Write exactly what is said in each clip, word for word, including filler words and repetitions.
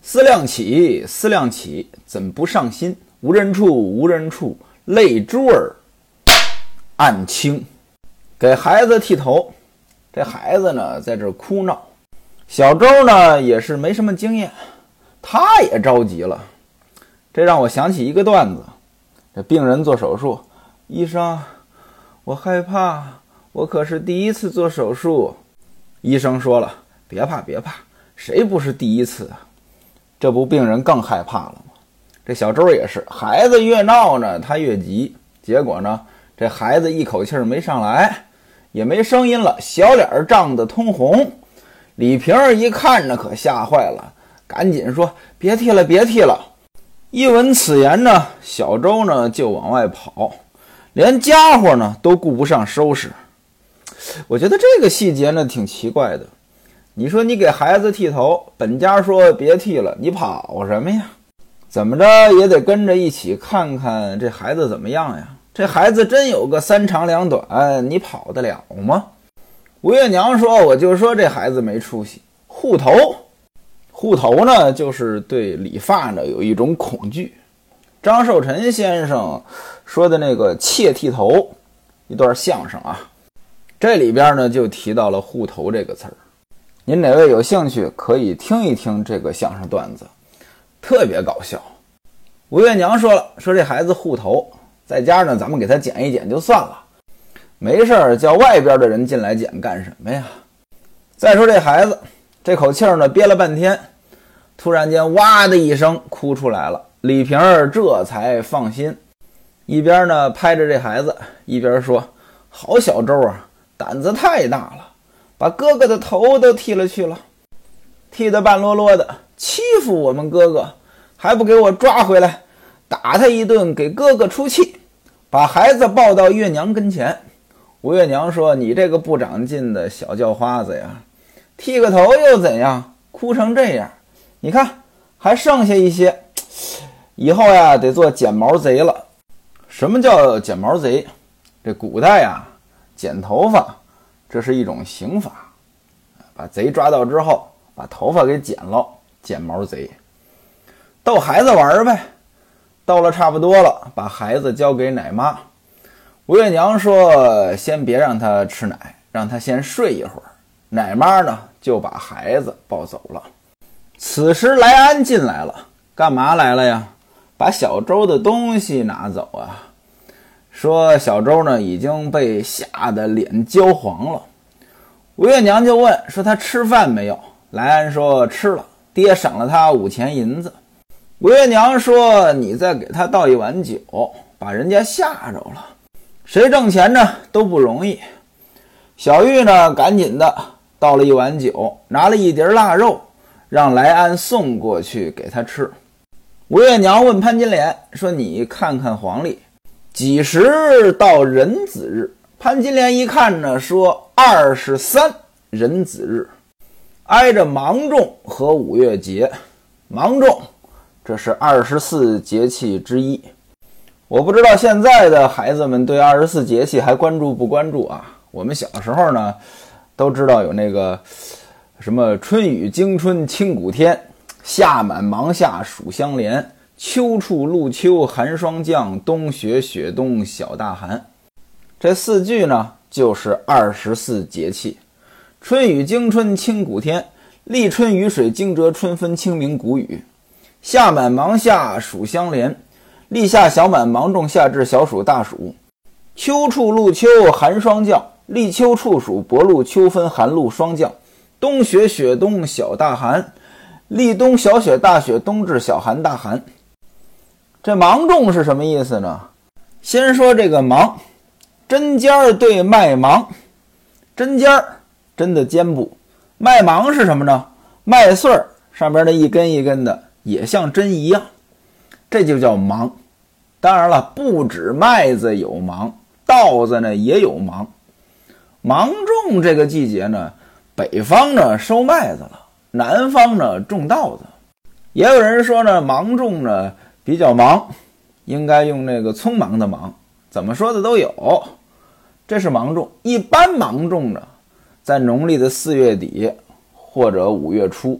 思量起，思量起，怎不上心？无人处，无人处，泪珠儿暗清。给孩子剃头，这孩子呢在这哭闹。小周呢也是没什么经验，他也着急了。这让我想起一个段子：这病人做手术，医生，我害怕，我可是第一次做手术。医生说了，别怕别怕，谁不是第一次啊？这不病人更害怕了吗？这小周也是，孩子越闹呢他越急，结果呢这孩子一口气没上来，也没声音了，小脸涨得通红。李瓶儿一看呢可吓坏了，赶紧说别剃了别剃了。一闻此言呢，小周呢就往外跑，连家伙呢都顾不上收拾。我觉得这个细节呢挺奇怪的。你说你给孩子剃头，本家说别剃了，你跑什么呀？怎么着也得跟着一起看看这孩子怎么样呀？这孩子真有个三长两短，你跑得了吗？吴月娘说，我就说这孩子没出息。护头护头呢就是对理发呢有一种恐惧。张寿臣先生说的那个窃剃头一段相声啊，这里边呢就提到了护头这个词儿。您哪位有兴趣可以听一听这个相声段子，特别搞笑。吴月娘说了，说这孩子护头，在家呢咱们给他剪一剪就算了，没事儿叫外边的人进来剪干什么呀？再说这孩子这口气呢憋了半天，突然间哇的一声哭出来了。李瓶儿这才放心，一边呢拍着这孩子，一边说，好小周啊，胆子太大了，把哥哥的头都剃了去了，剃得半落落的，欺负我们哥哥，还不给我抓回来，打他一顿给哥哥出气。把孩子抱到月娘跟前。吴月娘说，你这个不长进的小叫花子呀，剃个头又怎样，哭成这样，你看还剩下一些，以后呀得做剪毛贼了。什么叫剪毛贼？这古代呀剪头发这是一种刑法，把贼抓到之后把头发给剪了，剪毛贼。逗孩子玩呗，逗了差不多了，把孩子交给奶妈。吴月娘说，先别让他吃奶，让他先睡一会儿。奶妈呢就把孩子抱走了。此时来安进来了，干嘛来了呀？把小周的东西拿走啊。说小周呢已经被吓得脸焦黄了。吴月娘就问，说他吃饭没有？来安说吃了，爹赏了他五钱银子。吴月娘说，你再给他倒一碗酒，把人家吓着了，谁挣钱呢都不容易。小玉呢赶紧的倒了一碗酒，拿了一碟腊肉，让来安送过去给他吃。吴月娘问潘金莲说，你看看黄历几时到壬子日？潘金莲一看呢，说二十三壬子日，挨着芒种和五月节。芒种这是二十四节气之一。我不知道现在的孩子们对二十四节气还关注不关注啊？我们小时候呢都知道有那个什么春雨惊春清谷天，夏满芒夏暑相连，秋处露秋寒霜降，冬雪雪冬小大寒。这四句呢就是二十四节气。春雨惊春清谷天，立春雨水惊蛰春分清明谷雨。夏满芒夏暑相连，立夏小满芒种夏至小暑大暑。秋处露秋寒霜降，立秋处暑薄露秋分寒露霜降。冬雪雪冬小大寒，立冬小雪大雪冬至小寒大寒。这芒种是什么意思呢？先说这个芒，针尖对麦芒。针尖针的尖部，麦芒是什么呢？麦穗上边的一根一根的也像针一样，这就叫芒。当然了，不止麦子有芒，稻子呢也有芒。芒种这个季节呢，北方呢收麦子了，南方呢种稻子。也有人说呢，芒种呢比较忙，应该用那个匆忙的忙，怎么说的都有。这是芒种。一般芒种呢在农历的四月底或者五月初，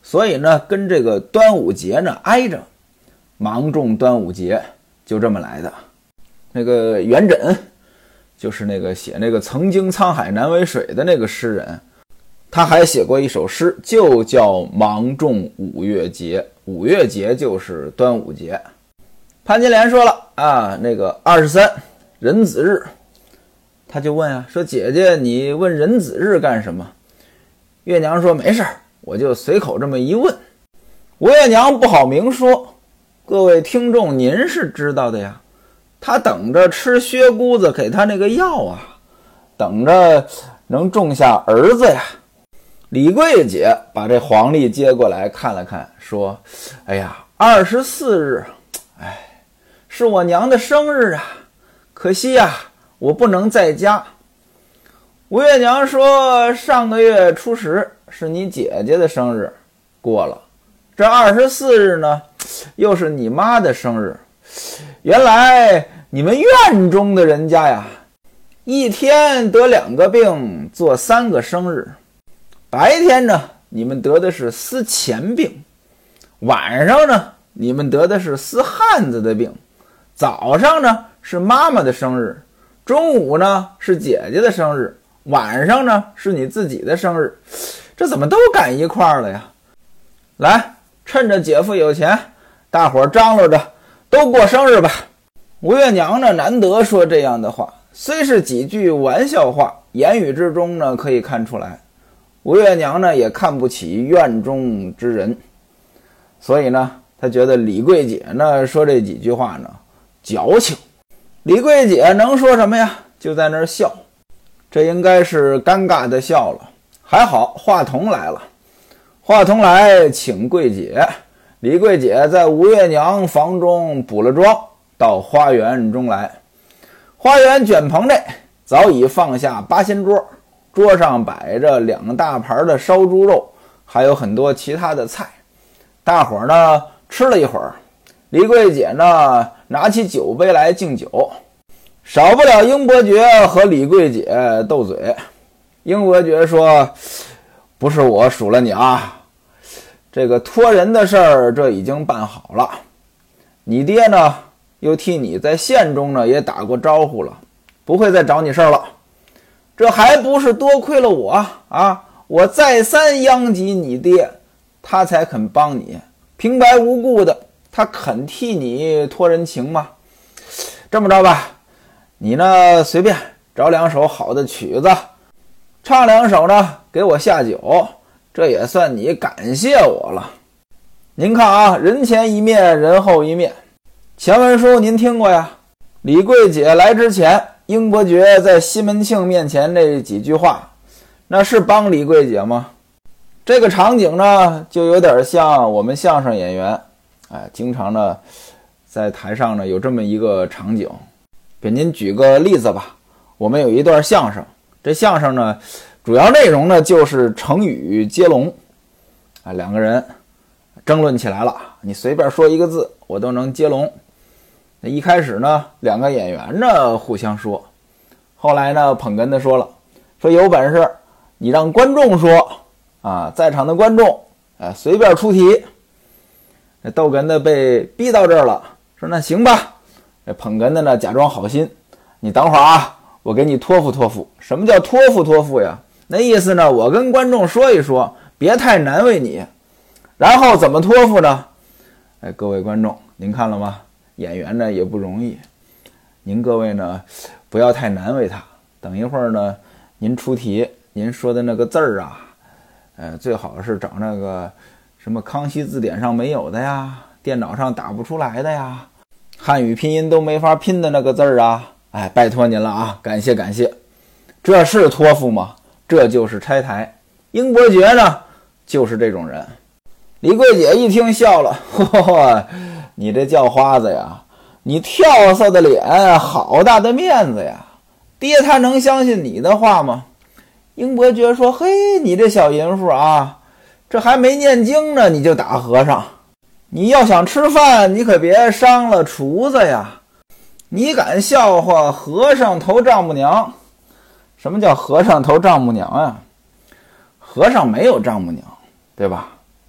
所以呢跟这个端午节呢挨着，芒种端午节就这么来的。那个元稹就是那个写那个曾经沧海难为水的那个诗人，他还写过一首诗，就叫芒种五月节。五月节就是端午节。潘金莲说了啊，那个二十三壬子日，他就问啊，说姐姐你问壬子日干什么？月娘说没事，我就随口这么一问。吴月娘不好明说，各位听众您是知道的呀，他等着吃薛姑子给他那个药啊，等着能种下儿子呀。李桂姐把这黄历接过来看了看，说哎呀，二十四日，哎，是我娘的生日啊，可惜呀，我不能在家。吴月娘说上个月初十是你姐姐的生日，过了，这二十四日呢又是你妈的生日。原来你们院中的人家呀，一天得两个病，做三个生日。白天呢你们得的是丝钱病，晚上呢你们得的是丝汉子的病，早上呢是妈妈的生日，中午呢是姐姐的生日，晚上呢是你自己的生日，这怎么都赶一块儿了呀？来，趁着姐夫有钱，大伙儿张罗着都过生日吧。吴月娘呢难得说这样的话，虽是几句玩笑话，言语之中呢可以看出来，吴月娘呢也看不起院中之人，所以呢她觉得李桂姐呢说这几句话呢矫情。李桂姐能说什么呀？就在那儿笑，这应该是尴尬的笑了。还好话筒来了，话筒来请桂姐。李桂姐在吴月娘房中补了妆，到花园中来。花园卷棚内早已放下八仙桌，桌上摆着两大盘的烧猪肉，还有很多其他的菜。大伙儿呢吃了一会儿，李桂姐呢拿起酒杯来敬酒，少不了英伯爵和李桂姐斗嘴。英伯爵说，不是我数了你啊，这个托人的事儿这已经办好了，你爹呢又替你在县中呢也打过招呼了，不会再找你事儿了。这还不是多亏了我啊！我再三央及你爹，他才肯帮你，平白无故的，他肯替你托人情吗？这么着吧，你呢随便找两首好的曲子，唱两首呢给我下酒，这也算你感谢我了。您看啊，人前一面，人后一面。前文书您听过呀？李桂姐来之前，英伯爵在西门庆面前那几句话，那是帮李桂姐吗？这个场景呢就有点像我们相声演员，哎，经常呢在台上呢有这么一个场景。给您举个例子吧，我们有一段相声，这相声呢主要内容呢就是成语接龙，啊，两个人争论起来了，你随便说一个字我都能接龙。那一开始呢两个演员呢互相说，后来呢捧哏的说了，说有本事你让观众说啊，在场的观众啊随便出题。那逗哏的被逼到这儿了，说那行吧。这捧哏的呢假装好心，你等会儿啊，我给你托付托付。什么叫托付托付呀？那意思呢，我跟观众说一说，别太难为你。然后怎么托付呢？哎，各位观众您看了吗？演员呢也不容易，您各位呢不要太难为他。等一会儿呢您出题，您说的那个字儿啊，呃，最好是找那个什么康熙字典上没有的呀，电脑上打不出来的呀，汉语拼音都没法拼的那个字儿啊，哎，拜托您了啊，感谢感谢。这是托付吗？这就是拆台。英伯爵呢就是这种人。李桂姐一听笑了，呵呵，你这叫花子呀，你跳色的脸，好大的面子呀，爹他能相信你的话吗？英伯爵说，嘿，你这小淫妇啊，这还没念经呢你就打和尚，你要想吃饭你可别伤了厨子呀，你敢笑话和尚头丈母娘？什么叫和尚头丈母娘呀？和尚没有丈母娘，对吧？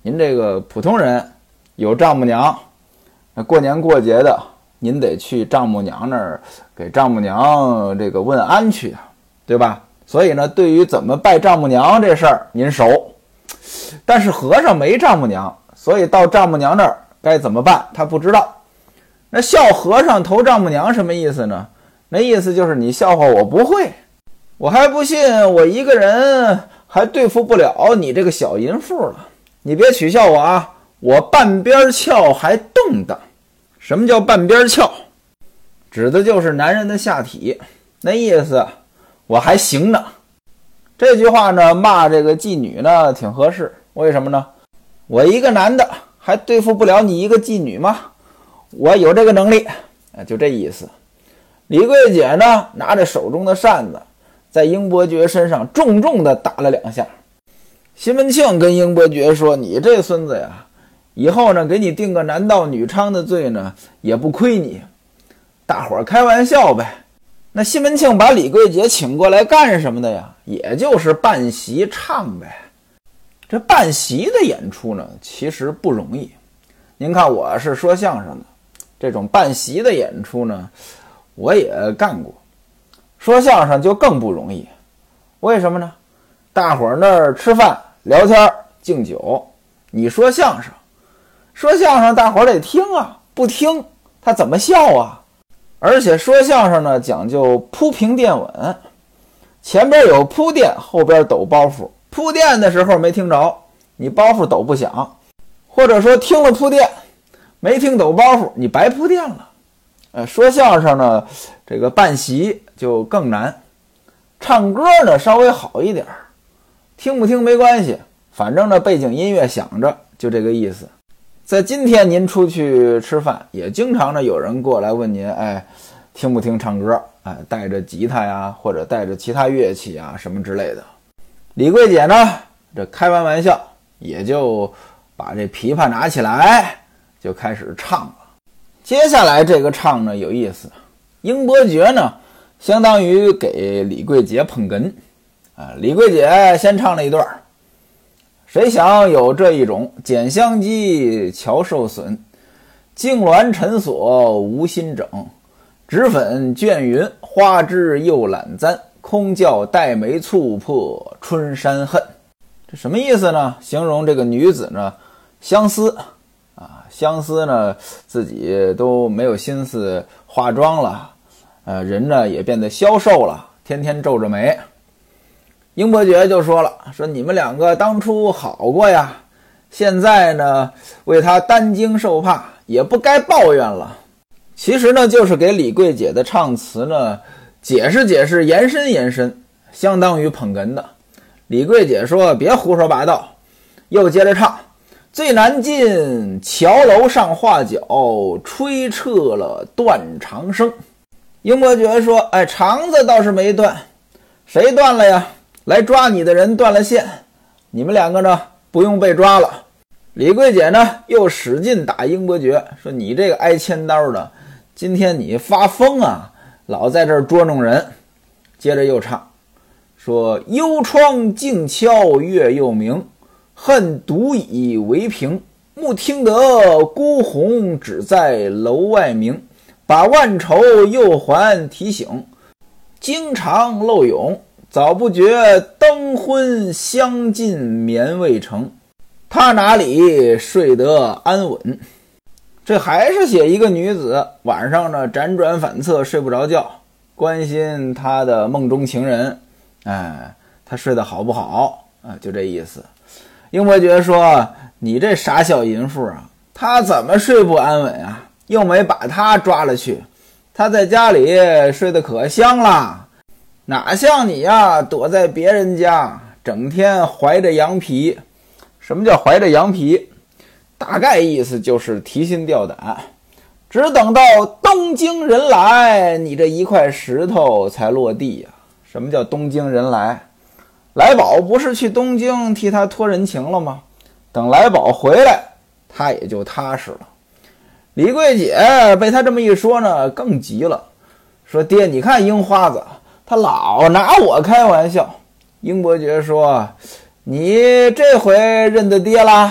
您这个普通人有丈母娘，那过年过节的您得去丈母娘那儿给丈母娘这个问安去啊，对吧？所以呢，对于怎么拜丈母娘这事儿您熟，但是和尚没丈母娘，所以到丈母娘那儿该怎么办他不知道。那笑和尚投丈母娘什么意思呢？那意思就是你笑话我不会，我还不信我一个人还对付不了你这个小淫妇了，你别取笑我啊，我半边翘还动荡。什么叫半边翘？指的就是男人的下体，那意思我还行呢。这句话呢骂这个妓女呢挺合适，为什么呢？我一个男的还对付不了你一个妓女吗？我有这个能力，就这意思。李桂姐呢拿着手中的扇子在英伯爵身上重重的打了两下。西门庆跟英伯爵说，你这孙子呀，以后呢给你定个男盗女娼的罪呢也不亏你。大伙儿开玩笑呗。那西门庆把李桂姐请过来干什么的呀？也就是扮戏唱呗。这扮戏的演出呢其实不容易。您看我是说相声的，这种扮戏的演出呢我也干过。说相声就更不容易，为什么呢？大伙儿那儿吃饭聊天敬酒，你说相声说相声大伙儿得听啊，不听他怎么笑啊？而且说相声呢讲究铺平垫稳，前边有铺垫，后边抖包袱。铺垫的时候没听着，你包袱抖不响，或者说听了铺垫没听抖包袱，你白铺垫了。呃，说相声呢这个扮戏就更难，唱歌呢稍微好一点，听不听没关系，反正呢背景音乐响着，就这个意思。在今天您出去吃饭也经常呢有人过来问您，哎，听不听唱歌，哎，带着吉他呀或者带着其他乐器啊什么之类的。李桂姐呢这开完玩笑也就把这琵琶拿起来就开始唱了。接下来这个唱呢有意思，英伯爵呢相当于给李桂姐捧哏啊，李桂姐先唱了一段，谁想有这一种，剪香鸡瞧受损，镜鸾陈锁无心整，脂粉倦云花枝又懒簪，空教黛眉蹙破春山恨。这什么意思呢？形容这个女子呢相思啊，相思呢自己都没有心思化妆了，呃，人呢也变得消瘦了，天天皱着眉。英伯爵就说了，说你们两个当初好过呀，现在呢为他担惊受怕，也不该抱怨了。其实呢就是给李桂姐的唱词呢解释解释，延伸延伸，相当于捧哏的。李桂姐说别胡说八道，又接着唱，最难尽桥楼上画角，吹彻了断肠声。英伯爵说，哎，肠子倒是没断，谁断了呀？来抓你的人断了线，你们两个呢不用被抓了。李桂姐呢又使劲打英伯爵，说你这个挨千刀的，今天你发疯啊，老在这儿捉弄人。接着又唱，说幽窗静悄月又明，恨独倚为屏，目听得孤鸿只在楼外鸣，把万愁又还提醒，经常漏涌，早不觉灯昏相近眠未成，他哪里睡得安稳。这还是写一个女子晚上呢辗转反侧睡不着觉，关心她的梦中情人，哎，她睡得好不好啊？就这意思。英伯爵说，你这傻小淫妇啊，她怎么睡不安稳啊？又没把她抓了去，她在家里睡得可香了，哪像你呀，躲在别人家整天怀着羊皮。什么叫怀着羊皮？大概意思就是提心吊胆，只等到东京人来，你这一块石头才落地呀。什么叫东京人来？来宝不是去东京替他托人情了吗？等来宝回来，他也就踏实了。李桂姐被他这么一说呢，更急了，说爹，你看樱花子他老拿我开玩笑。英伯爵说，你这回认得爹啦？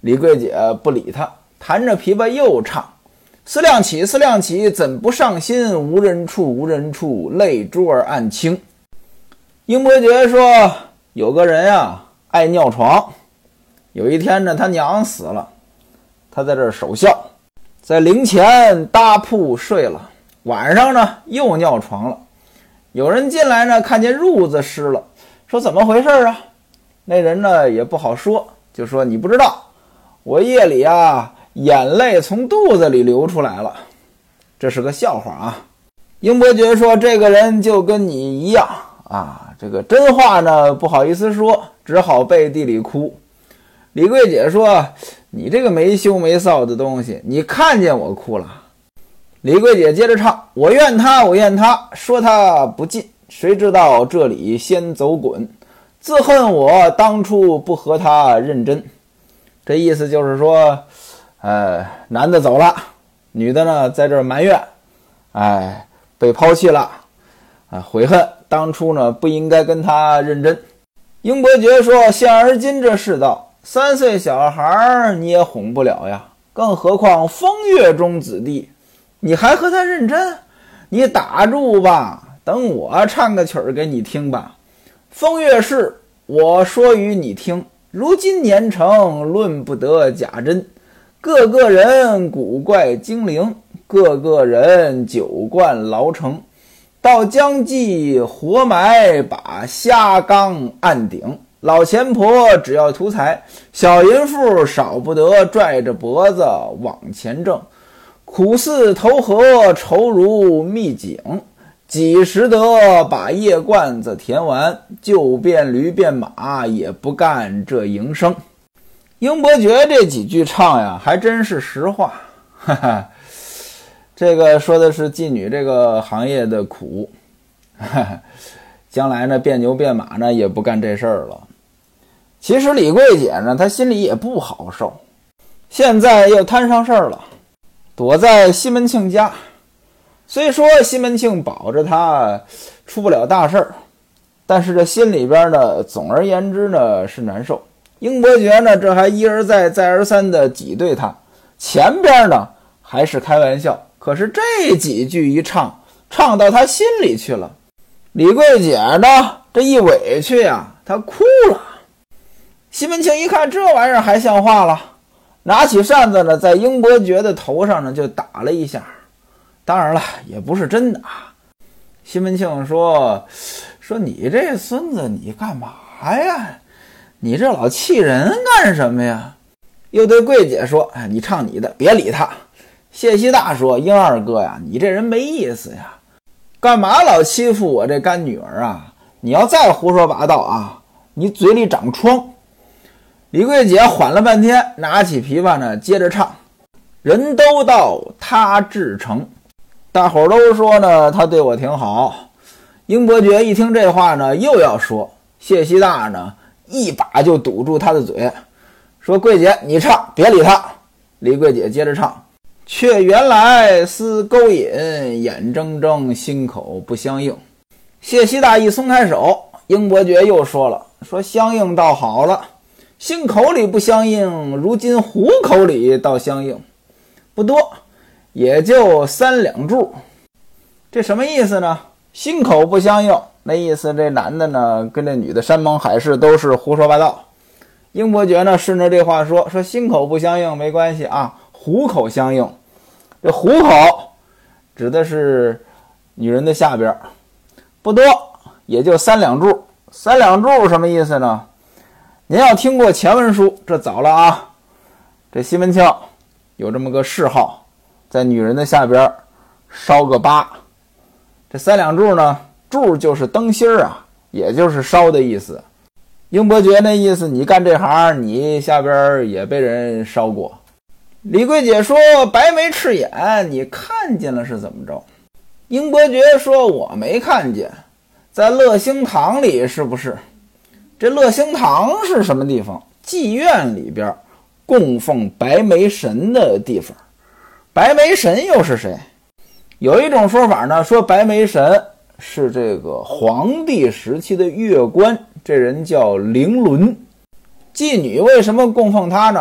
李桂姐不理他，弹着琵琶又唱：思量起，思量起，怎不上心？无人处，无人处，泪珠儿暗倾。英伯爵说，有个人啊爱尿床，有一天呢他娘死了，他在这儿守孝，在灵前搭铺睡了，晚上呢又尿床了。有人进来呢，看见褥子湿了，说怎么回事啊？那人呢也不好说，就说你不知道，我夜里啊眼泪从肚子里流出来了。这是个笑话啊。英伯爵说，这个人就跟你一样啊，这个真话呢不好意思说，只好背地里哭。李桂姐说，你这个没羞没臊的东西，你看见我哭了。李桂姐接着唱：我怨他，我怨他，说他不进，谁知道这里先走滚，自恨我当初不和他认真。这意思就是说，呃，男的走了，女的呢在这儿埋怨，哎，被抛弃了，啊，悔恨当初呢不应该跟他认真。英伯爵说，现而今这世道，三岁小孩你也哄不了呀，更何况风月中子弟，你还和他认真？你打住吧，等我唱个曲儿给你听吧。风月事，我说与你听，如今年成，论不得假真。个个人古怪精灵，个个人酒灌牢城。到将计活埋，把虾缸按顶。老钱婆只要图财，小淫妇少不得拽着脖子往前挣。苦似投河，愁如蜜井，几时得把夜罐子填完？就变驴变马，也不干这营生。英伯爵这几句唱呀，还真是实话。哈哈，这个说的是妓女这个行业的苦。哈哈，将来呢，变牛变马呢，也不干这事儿了。其实李桂姐呢，她心里也不好受，现在又摊上事儿了。躲在西门庆家，虽说西门庆保着他出不了大事儿，但是这心里边呢，总而言之呢是难受。英伯爵呢，这还一而再再而三的挤兑他，前边呢还是开玩笑，可是这几句一唱，唱到他心里去了。李桂姐呢，这一委屈呀，她哭了。西门庆一看这玩意儿还像话了，拿起扇子呢，在英伯爵的头上呢就打了一下。当然了，也不是真的啊。西门庆说：“说你这孙子，你干嘛呀？你这老气人干什么呀？”又对桂姐说：“哎，你唱你的，别理他。”谢希大说：“英二哥呀，你这人没意思呀，干嘛老欺负我这干女儿啊？你要再胡说八道啊，你嘴里长疮。”李桂姐缓了半天，拿起琵琶呢，接着唱：“人都道他至诚，大伙都说呢，他对我挺好。”英伯爵一听这话呢，又要说，谢希大呢一把就堵住他的嘴，说：“桂姐，你唱，别理他。”李桂姐接着唱：“却原来思勾引，眼睁睁心口不相应。”谢希大一松开手，英伯爵又说了，说：“相应倒好了，心口里不相应，如今虎口里倒相应，不多，也就三两柱。”这什么意思呢？心口不相应，那意思这男的呢跟这女的山盟海誓都是胡说八道。英伯爵呢顺着这话说，说心口不相应没关系啊，虎口相应。这虎口指的是女人的下边，不多，也就三两柱。三两柱什么意思呢？您要听过前文书，这早了啊。这西门庆有这么个嗜好，在女人的下边烧个疤。这三两柱呢，柱就是灯芯儿啊，也就是烧的意思。英伯爵那意思，你干这行，你下边也被人烧过。李桂姐说：“白眉赤眼，你看见了是怎么着？”英伯爵说：“我没看见，在乐兴堂里是不是？”这乐兴堂是什么地方？妓院里边供奉白眉神的地方。白眉神又是谁？有一种说法呢，说白眉神是这个皇帝时期的乐官，这人叫凌伦。妓女为什么供奉他呢？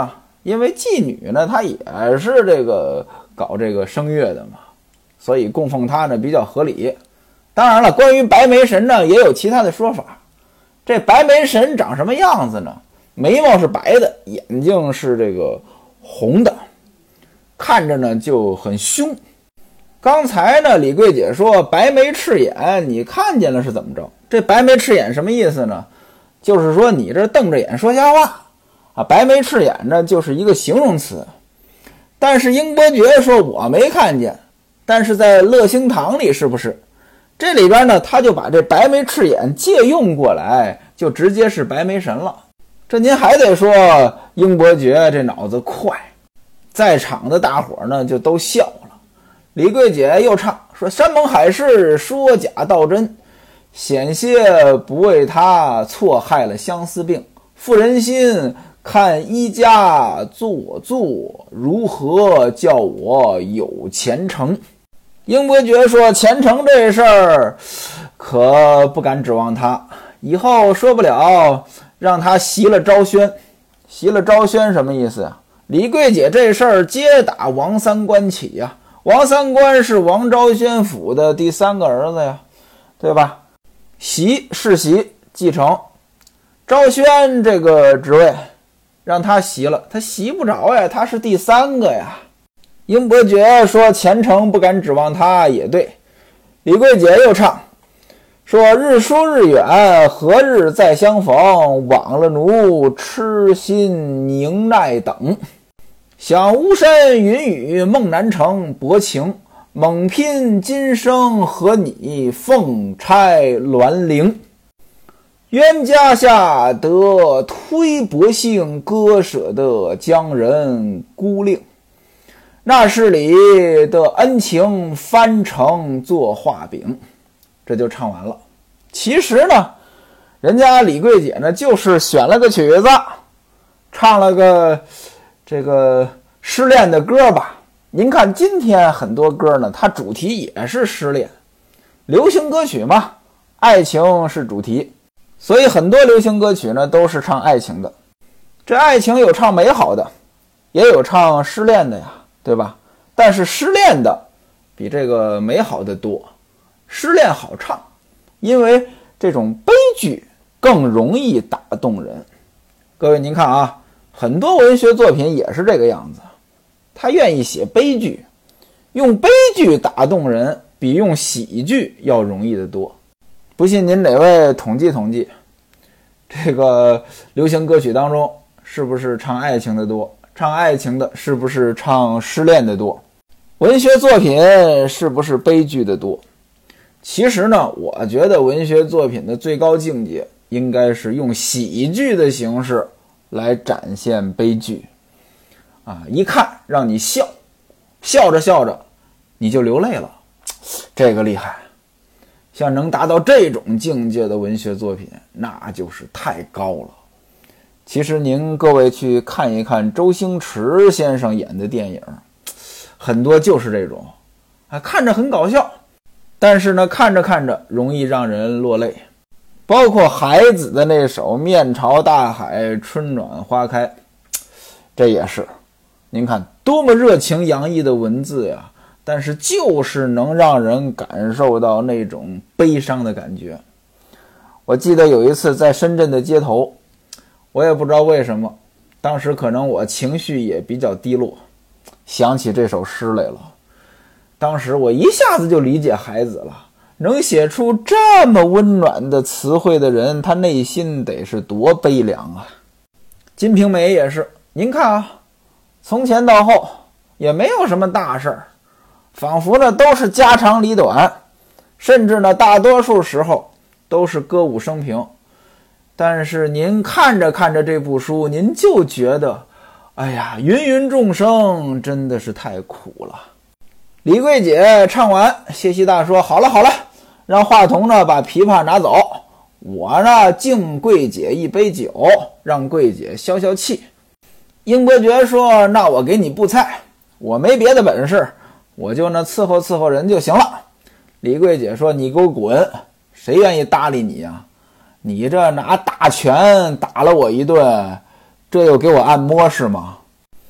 因为妓女呢，她也是这个搞这个声乐的嘛，所以供奉她呢比较合理。当然了，关于白眉神呢，也有其他的说法。这白眉神长什么样子呢？眉毛是白的，眼睛是这个红的，看着呢就很凶。刚才呢，李桂姐说白眉赤眼，你看见了是怎么着？这白眉赤眼什么意思呢？就是说你这瞪着眼说瞎话啊。白眉赤眼呢就是一个形容词。但是英伯爵说我没看见，但是在乐星堂里是不是？这里边呢，他就把这白眉赤眼借用过来，就直接是白眉神了。这您还得说英伯爵这脑子快，在场的大伙呢就都笑了。李桂姐又唱说：山盟海誓说假道真，险些不为他错害了相思病。妇人心看一家做作，如何叫我有前程？英伯爵说前程这事儿可不敢指望他，以后说不了让他袭了昭宣。袭了昭宣什么意思啊？李桂姐这事儿皆打王三官起呀、啊。王三官是王昭宣府的第三个儿子呀，对吧？袭世袭继承昭宣这个职位，让他袭了，他袭不着呀，他是第三个呀。英伯爵说前程不敢指望他，也对。李桂姐又唱说：日疏日远，何日再相逢？枉了奴痴心凝耐等。想巫山云雨梦难成，薄情猛拼今生和你凤钗鸾铃。冤家下得推薄幸，割舍得将人孤令。那是里的恩情翻成做画饼。这就唱完了。其实呢，人家李桂姐呢就是选了个曲子，唱了个这个失恋的歌吧。您看今天很多歌呢，它主题也是失恋，流行歌曲嘛，爱情是主题，所以很多流行歌曲呢都是唱爱情的。这爱情有唱美好的，也有唱失恋的呀，对吧？但是失恋的比这个美好的多。失恋好唱，因为这种悲剧更容易打动人。各位您看啊，很多文学作品也是这个样子，他愿意写悲剧，用悲剧打动人比用喜剧要容易得多。不信您哪位统计统计，这个流行歌曲当中是不是唱爱情的多？唱爱情的是不是唱失恋的多？文学作品是不是悲剧的多？其实呢，我觉得文学作品的最高境界应该是用喜剧的形式来展现悲剧啊，一看让你笑，笑着笑着你就流泪了，这个厉害。像能达到这种境界的文学作品，那就是太高了。其实您各位去看一看周星驰先生演的电影，很多就是这种啊，看着很搞笑，但是呢看着看着容易让人落泪。包括海子的那首面朝大海春暖花开，这也是您看多么热情洋溢的文字呀，但是就是能让人感受到那种悲伤的感觉。我记得有一次在深圳的街头，我也不知道为什么，当时可能我情绪也比较低落，想起这首诗来了。当时我一下子就理解海子了，能写出这么温暖的词汇的人，他内心得是多悲凉啊。金瓶梅也是，您看啊，从前到后也没有什么大事儿，仿佛呢都是家长里短，甚至呢大多数时候都是歌舞升平。但是您看着看着这部书，您就觉得哎呀，芸芸众生真的是太苦了。李桂姐唱完，谢希大说好了好了，让话筒呢把琵琶拿走，我呢敬桂姐一杯酒，让桂姐消消气。英伯爵说那我给你布菜，我没别的本事，我就呢伺候伺候人就行了。李桂姐说你给我滚，谁愿意搭理你啊？你这拿大拳打了我一顿，这又给我按摩是吗？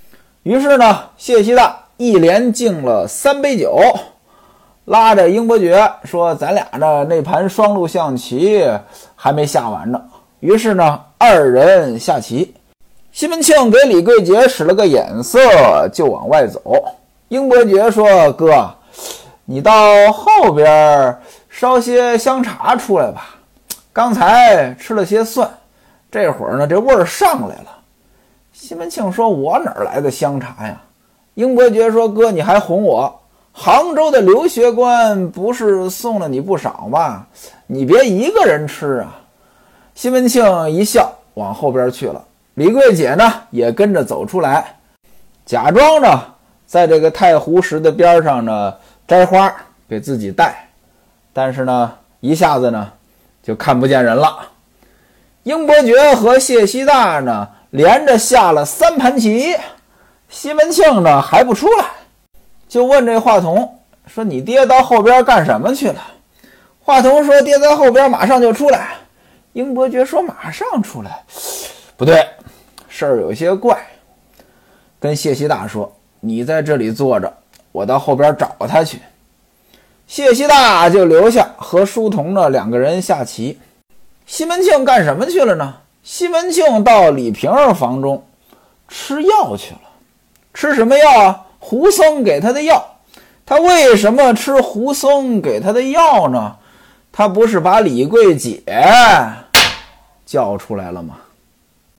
于是呢，谢希大一连敬了三杯酒，拉着英伯爵说：“咱俩的那盘双陆象棋还没下完呢。”于是呢，二人下棋。西门庆给李桂杰使了个眼色，就往外走。英伯爵说：“哥，你到后边烧些香茶出来吧，刚才吃了些蒜，这会儿呢这味儿上来了。”西门庆说：“我哪来的香茶呀？”英伯爵说：“哥，你还哄我，杭州的留学官不是送了你不少吗？你别一个人吃啊。”西门庆一笑，往后边去了。李桂姐呢也跟着走出来，假装着在这个太湖石的边上呢摘花给自己戴，但是呢一下子呢就看不见人了。英伯爵和谢希大呢连着下了三盘棋，西门庆呢还不出来，就问这华童说：“你爹到后边干什么去了？”华童说：“爹在后边马上就出来。”英伯爵说：“马上出来？不对，事儿有些怪。”跟谢希大说：“你在这里坐着，我到后边找他去。”谢希大就留下和书童呢两个人下棋。西门庆干什么去了呢？西门庆到李瓶儿房中吃药去了。吃什么药啊？胡僧给他的药。他为什么吃胡僧给他的药呢？他不是把李桂姐叫出来了吗？